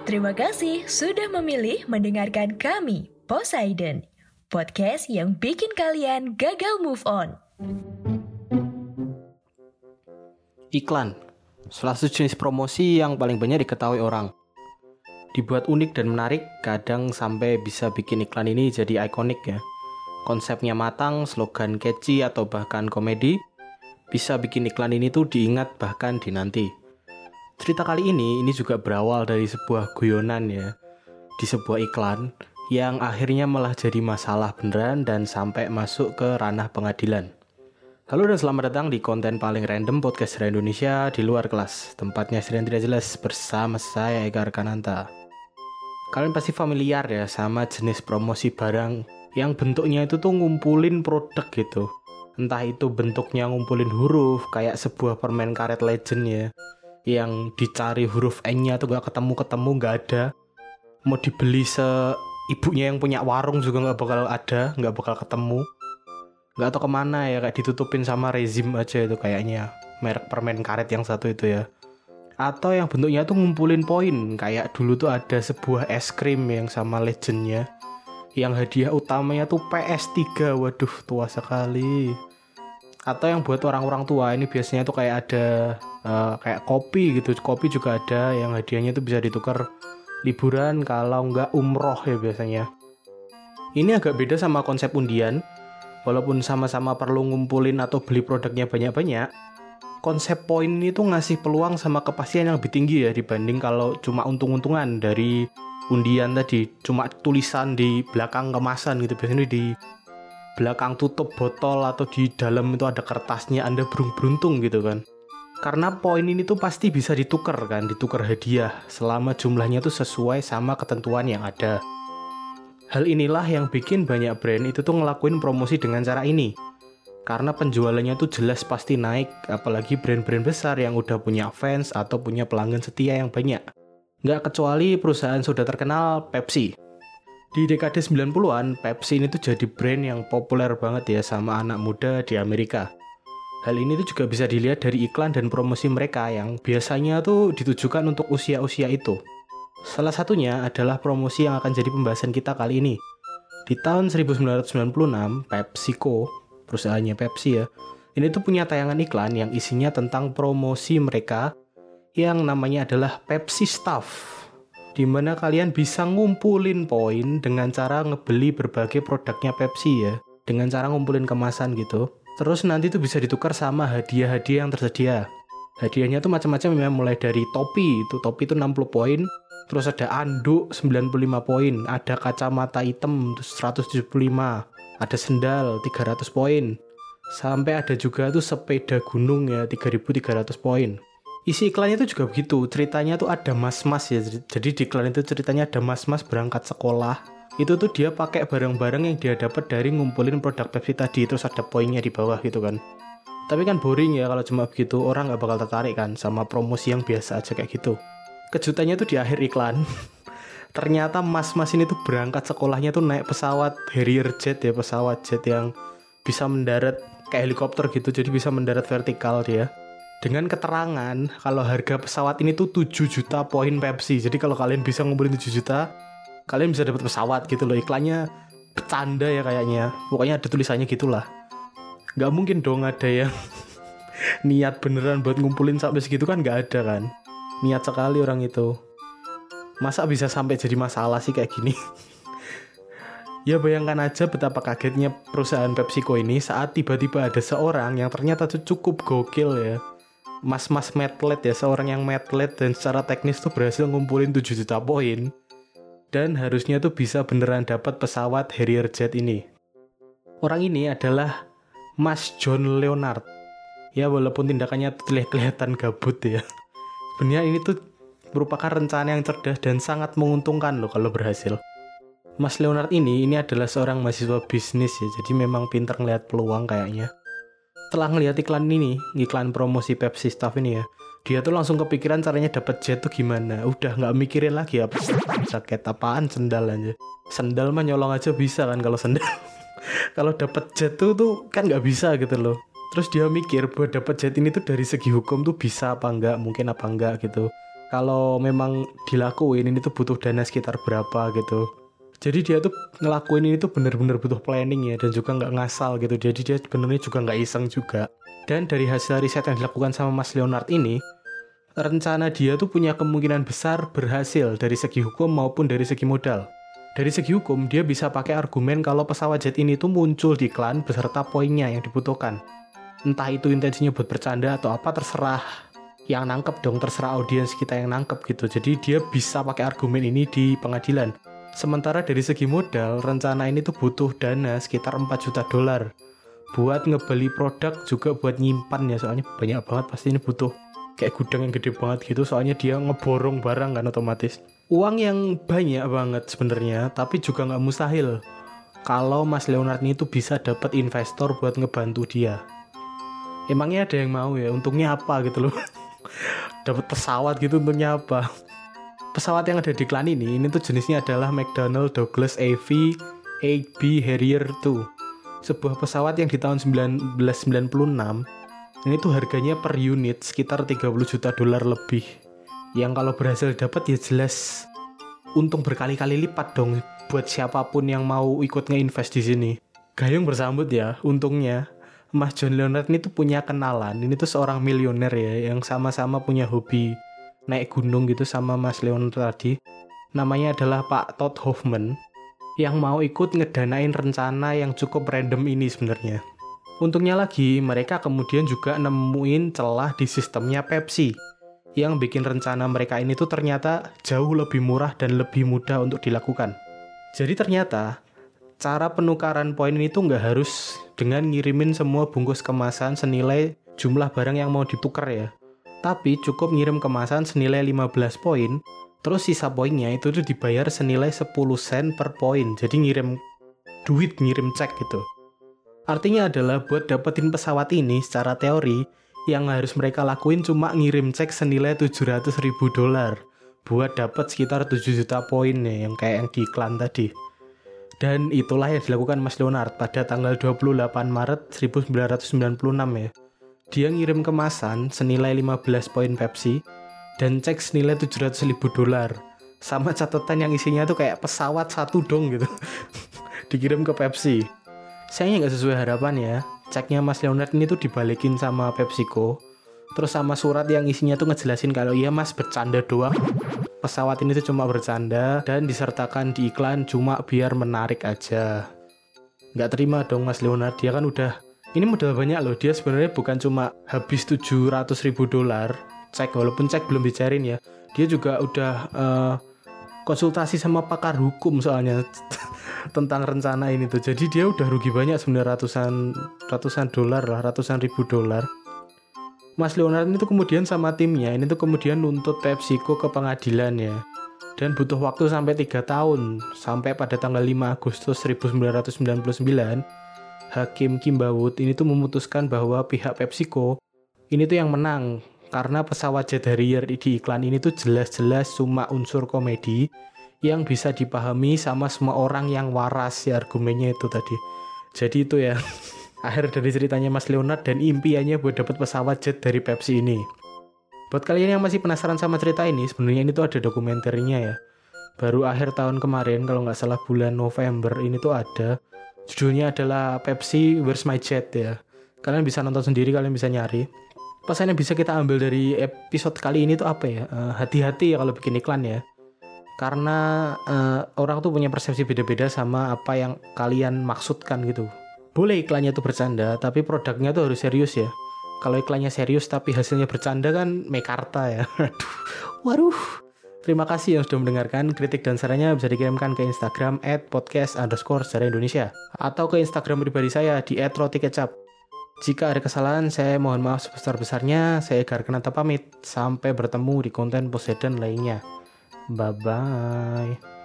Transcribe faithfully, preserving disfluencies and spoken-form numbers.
Terima kasih sudah memilih mendengarkan kami, Poseidon, podcast yang bikin kalian gagal move on. Iklan, salah satu jenis promosi yang paling banyak diketahui orang. Dibuat unik dan menarik, kadang sampai bisa bikin iklan ini jadi ikonik ya. Konsepnya matang, slogan catchy atau bahkan komedi, bisa bikin iklan ini tuh diingat bahkan dinanti. Cerita kali ini, ini juga berawal dari sebuah guyonan ya, di sebuah iklan yang akhirnya malah jadi masalah beneran dan sampai masuk ke ranah pengadilan. Halo dan selamat datang di konten paling random podcast dari Indonesia di luar kelas. Tempatnya sering tidak jelas bersama saya Eka Arkananta. Kalian pasti familiar ya sama jenis promosi barang yang bentuknya itu tuh ngumpulin produk gitu. Entah itu bentuknya ngumpulin huruf kayak sebuah permen karet legend ya, yang dicari huruf N-nya tuh gak ketemu-ketemu, gak ada. Mau dibeli seibunya yang punya warung juga gak bakal ada, gak bakal ketemu. Gak tau kemana ya, kayak ditutupin sama rezim aja itu kayaknya, merek permen karet yang satu itu ya. Atau yang bentuknya tuh ngumpulin poin, kayak dulu tuh ada sebuah es krim yang sama legendnya, yang hadiah utamanya tuh P S tiga, waduh tua sekali. Atau yang buat orang-orang tua ini biasanya tuh kayak ada uh, kayak kopi gitu, kopi juga ada yang hadiahnya tuh bisa ditukar liburan kalau nggak umroh ya biasanya. Ini agak beda sama konsep undian, walaupun sama-sama perlu ngumpulin atau beli produknya banyak-banyak. Konsep poin ini tuh ngasih peluang sama kepastian yang lebih tinggi ya dibanding kalau cuma untung-untungan dari undian tadi, cuma tulisan di belakang kemasan gitu, biasanya di belakang tutup botol atau di dalam itu ada kertasnya, Anda beruntung gitu kan. Karena poin ini tuh pasti bisa ditukar kan, ditukar hadiah selama jumlahnya tuh sesuai sama ketentuan yang ada. Hal inilah yang bikin banyak brand itu tuh ngelakuin promosi dengan cara ini. Karena penjualannya tuh jelas pasti naik, apalagi brand-brand besar yang udah punya fans atau punya pelanggan setia yang banyak. Nggak kecuali perusahaan sudah terkenal Pepsi. Di dekade sembilan puluhan, Pepsi ini tuh jadi brand yang populer banget ya sama anak muda di Amerika. Hal ini tuh juga bisa dilihat dari iklan dan promosi mereka yang biasanya tuh ditujukan untuk usia-usia itu. Salah satunya adalah promosi yang akan jadi pembahasan kita kali ini. Di tahun seribu sembilan ratus sembilan puluh enam, PepsiCo, perusahaannya Pepsi ya, ini tuh punya tayangan iklan yang isinya tentang promosi mereka yang namanya adalah Pepsi Stuff, di mana kalian bisa ngumpulin poin dengan cara ngebeli berbagai produknya Pepsi ya, dengan cara ngumpulin kemasan gitu. Terus nanti tuh bisa ditukar sama hadiah-hadiah yang tersedia. Hadiahnya tuh macam-macam ya, mulai dari topi, itu topi itu enam puluh poin, terus ada anduk sembilan puluh lima poin, ada kacamata hitam seratus tujuh puluh lima, ada sendal tiga ratus poin, sampai ada juga tuh sepeda gunung ya tiga ribu tiga ratus poin. Isi iklannya itu juga begitu, ceritanya tuh ada mas-mas ya, jadi di iklan itu ceritanya ada mas-mas berangkat sekolah, itu tuh dia pakai barang-barang yang dia dapat dari ngumpulin produk Pepsi tadi, terus ada poinnya di bawah gitu kan. Tapi kan boring ya kalau cuma begitu, orang gak bakal tertarik kan sama promosi yang biasa aja kayak gitu. Kejutannya tuh di akhir iklan, ternyata mas-mas ini tuh berangkat sekolahnya tuh naik pesawat Harrier jet ya, pesawat jet yang bisa mendarat kayak helikopter gitu, jadi bisa mendarat vertikal dia. Dengan keterangan kalau harga pesawat ini tuh tujuh juta poin Pepsi. Jadi kalau kalian bisa ngumpulin tujuh juta, kalian bisa dapat pesawat gitu loh. Iklannya bercanda ya kayaknya. Pokoknya ada tulisannya gitulah. Gak mungkin dong ada yang niat beneran buat ngumpulin sampai segitu kan, gak ada kan. Niat sekali orang itu. Masa bisa sampai jadi masalah sih kayak gini? Ya bayangkan aja betapa kagetnya perusahaan PepsiCo ini saat tiba-tiba ada seorang yang ternyata tuh cukup gokil ya. Mas-mas medlet ya, seorang yang medlet dan secara teknis tuh berhasil ngumpulin tujuh juta poin. Dan harusnya tuh bisa beneran dapat pesawat Harrier jet ini. Orang ini adalah Mas John Leonard. Ya walaupun tindakannya tuh kelihatan gabut ya. Sebenarnya ini tuh merupakan rencana yang cerdas dan sangat menguntungkan loh kalau berhasil. Mas Leonard ini, ini adalah seorang mahasiswa bisnis ya, jadi memang pintar ngelihat peluang kayaknya. Setelah ngelihat iklan ini, iklan promosi Pepsi Stuff ini ya, dia tuh langsung kepikiran caranya dapat jet tuh gimana. Udah nggak mikirin lagi apa jaket apaan, sendal aja. Sendal mah nyolong aja bisa kan kalau sendal. Kalau dapat jet tuh tuh kan nggak bisa gitu loh. Terus dia mikir buat dapat jet ini tuh dari segi hukum tuh bisa apa enggak, mungkin apa enggak gitu. kalau memang dilakuin ini tuh butuh dana sekitar berapa gitu. Jadi dia tuh ngelakuin ini tuh bener-bener butuh planning ya, dan juga nggak ngasal gitu. Jadi dia sebenarnya juga nggak iseng juga. Dan dari hasil riset yang dilakukan sama Mas Leonard ini, rencana dia tuh punya kemungkinan besar berhasil dari segi hukum maupun dari segi modal. Dari segi hukum, dia bisa pakai argumen kalau pesawat jet ini tuh muncul di iklan beserta poinnya yang dibutuhkan. Entah itu intensinya buat bercanda atau apa, terserah yang nangkep dong, terserah audiens kita yang nangkep gitu. Jadi dia bisa pakai argumen ini di pengadilan. Sementara dari segi modal, rencana ini tuh butuh dana sekitar empat juta dolar. Buat ngebeli produk juga buat nyimpan ya, soalnya banyak banget, pasti ini butuh kayak gudang yang gede banget gitu, soalnya dia ngeborong barang kan otomatis. Uang yang banyak banget sebenarnya, tapi juga nggak mustahil kalau Mas Leonard ini tuh bisa dapat investor buat ngebantu dia. Emangnya ada yang mau ya? Untungnya apa gitu loh. Dapat pesawat gitu, untungnya apa? Pesawat yang ada di iklan ini, ini tuh jenisnya adalah McDonnell Douglas A V delapan B Harrier dua. Sebuah pesawat yang di tahun sembilan belas sembilan puluh enam, ini tuh harganya per unit sekitar tiga puluh juta dolar lebih. Yang kalau berhasil dapat ya jelas untung berkali-kali lipat dong buat siapapun yang mau ikut nge-invest di sini. Gayung bersambut ya, untungnya Mas John Leonard ini tuh punya kenalan. Ini tuh seorang miliuner ya, yang sama-sama punya hobi naik gunung gitu sama Mas Leonard tadi. Namanya adalah Pak Todd Hoffman, yang mau ikut ngedanain rencana yang cukup random ini sebenarnya. Untungnya lagi, mereka kemudian juga nemuin celah di sistemnya Pepsi, yang bikin rencana mereka ini tuh ternyata jauh lebih murah dan lebih mudah untuk dilakukan. Jadi ternyata cara penukaran poin ini tuh nggak harus dengan ngirimin semua bungkus kemasan senilai jumlah barang yang mau ditukar ya. Tapi cukup ngirim kemasan senilai lima belas poin, terus sisa poinnya itu tuh dibayar senilai sepuluh sen per poin. Jadi ngirim duit, ngirim cek gitu. Artinya adalah buat dapetin pesawat ini secara teori, yang harus mereka lakuin cuma ngirim cek senilai tujuh ratus ribu dolar buat dapet sekitar tujuh juta poin ya, yang kayak yang di iklan tadi. Dan itulah yang dilakukan Mas Leonard pada tanggal dua puluh delapan Maret seribu sembilan ratus sembilan puluh enam ya. Dia ngirim kemasan senilai lima belas poin Pepsi dan cek senilai tujuh ratus ribu dolar. Sama catatan yang isinya tuh kayak pesawat satu dong gitu. Dikirim ke Pepsi. Sayangnya nggak sesuai harapan ya. Ceknya Mas Leonard ini tuh dibalikin sama PepsiCo. Terus sama surat yang isinya tuh ngejelasin kalau iya mas bercanda doang. Pesawat ini tuh cuma bercanda dan disertakan di iklan cuma biar menarik aja. Nggak terima dong Mas Leonard, dia kan udah, ini modal banyak loh. Dia sebenarnya bukan cuma habis tujuh ratus ribu dolar cek, walaupun cek belum dicairin ya. Dia juga udah uh, konsultasi sama pakar hukum soalnya tentang rencana ini tuh. Jadi dia udah rugi banyak sebenarnya, ratusan ratusan dolar lah, ratusan ribu dolar. Mas Leonard ini tuh kemudian sama timnya ini tuh kemudian nuntut PepsiCo ke pengadilan ya. Dan butuh waktu sampai tiga tahun. Sampai pada tanggal lima Agustus seribu sembilan ratus sembilan puluh sembilan, Hakim Kimbawut ini tuh memutuskan bahwa pihak PepsiCo ini tuh yang menang. Karena pesawat jet Harrier di iklan ini tuh jelas-jelas cuma unsur komedi yang bisa dipahami sama semua orang yang waras ya, argumennya itu tadi. Jadi itu ya akhir dari ceritanya Mas Leonard dan impiannya buat dapat pesawat jet dari Pepsi ini. Buat kalian yang masih penasaran sama cerita ini, sebenarnya ini tuh ada dokumenternya ya. Baru akhir tahun kemarin, kalau nggak salah bulan November, ini tuh ada. Judulnya adalah Pepsi Where's My Jet ya. Kalian bisa nonton sendiri, kalian bisa nyari. Pesan yang bisa kita ambil dari episode kali ini tuh apa ya? Uh, hati-hati ya kalau bikin iklan ya. Karena uh, orang tuh punya persepsi beda-beda sama apa yang kalian maksudkan gitu. Boleh iklannya tuh bercanda, tapi produknya tuh harus serius ya. Kalau iklannya serius tapi hasilnya bercanda kan mekarta ya. Aduh, waduh. Terima kasih yang sudah mendengarkan. Kritik dan sarannya bisa dikirimkan ke Instagram at podcast underscore sejarah Indonesia. Atau ke Instagram pribadi saya di at roti kecap. Jika ada kesalahan, saya mohon maaf sebesar-besarnya. Saya Egar Kenata pamit. Sampai bertemu di konten Poseidon lainnya. Bye-bye.